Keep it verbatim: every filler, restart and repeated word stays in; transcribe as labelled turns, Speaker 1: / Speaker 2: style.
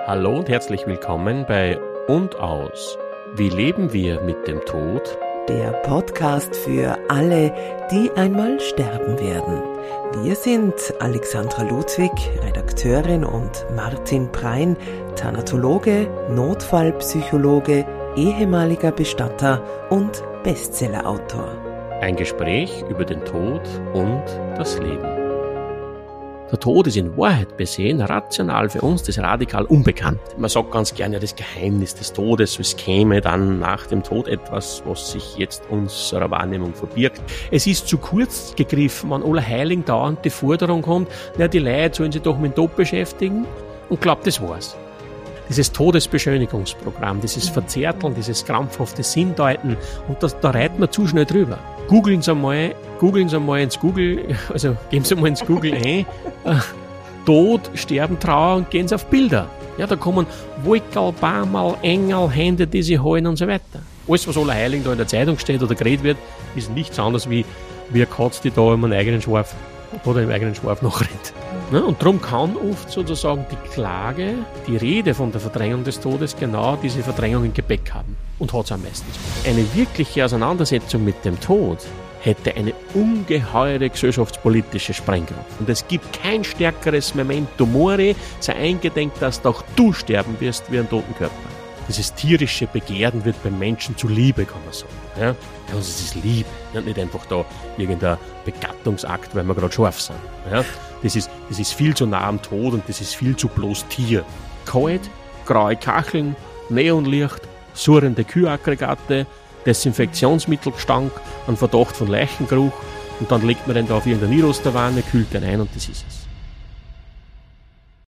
Speaker 1: Hallo und herzlich willkommen bei Und Aus. Wie leben wir mit dem Tod?
Speaker 2: Der Podcast für alle, die einmal sterben werden. Wir sind Alexandra Ludwig, Redakteurin, und Martin Prein, Thanatologe, Notfallpsychologe, ehemaliger Bestatter und Bestsellerautor.
Speaker 1: Ein Gespräch über den Tod und das Leben. Der Tod ist in Wahrheit besehen rational für uns das radikal unbekannt. Man sagt ganz gerne das Geheimnis des Todes, es käme dann nach dem Tod etwas, was sich jetzt unserer Wahrnehmung verbirgt. Es ist zu kurz gegriffen, wenn Allerheiligen dauernd die Forderung kommt, na, die Leute sollen sich doch mit dem Tod beschäftigen, und glaubt, das war's. Dieses Todesbeschönigungsprogramm, dieses Verzärteln, dieses krampfhafte Sinndeuten, und das, da reiten wir zu schnell drüber. Googeln Sie einmal, googeln Sie einmal ins Google, also geben Sie mal ins Google ein, äh, Tod, Sterben, Trauer, und gehen Sie auf Bilder. Ja, da kommen Wolkerl, Baumerl, Engel, Hände, die sie halten und so weiter. Alles, was Allerheiligen da in der Zeitung steht oder geredet wird, ist nichts anderes wie, wie eine Katze, die da im eigenen Schwarf oder im eigenen Schwarf nachrennt. Ja, und darum kann oft sozusagen die Klage, die Rede von der Verdrängung des Todes genau diese Verdrängung im Gepäck haben. Und hat es am meisten. Eine wirkliche Auseinandersetzung mit dem Tod hätte eine ungeheure gesellschaftspolitische Sprengkraft. Und es gibt kein stärkeres Memento Mori, sei eingedenk, dass doch du sterben wirst wie ein toten Körper. Dieses tierische Begehren wird beim Menschen zu Liebe, kann man sagen. Ja? Ja, es ist Liebe, ja, nicht einfach da irgendein Begattungsakt, weil wir gerade scharf sind. Ja? Das ist, das ist viel zu nah am Tod, und das ist viel zu bloß Tier. Kalt, graue Kacheln, Neonlicht, surrende Kühlaggregate, Desinfektionsmittelgestank, ein Verdacht von Leichengeruch, und dann legt man den da auf irgendeine Nirosterwanne, kühlt den ein, und das ist es.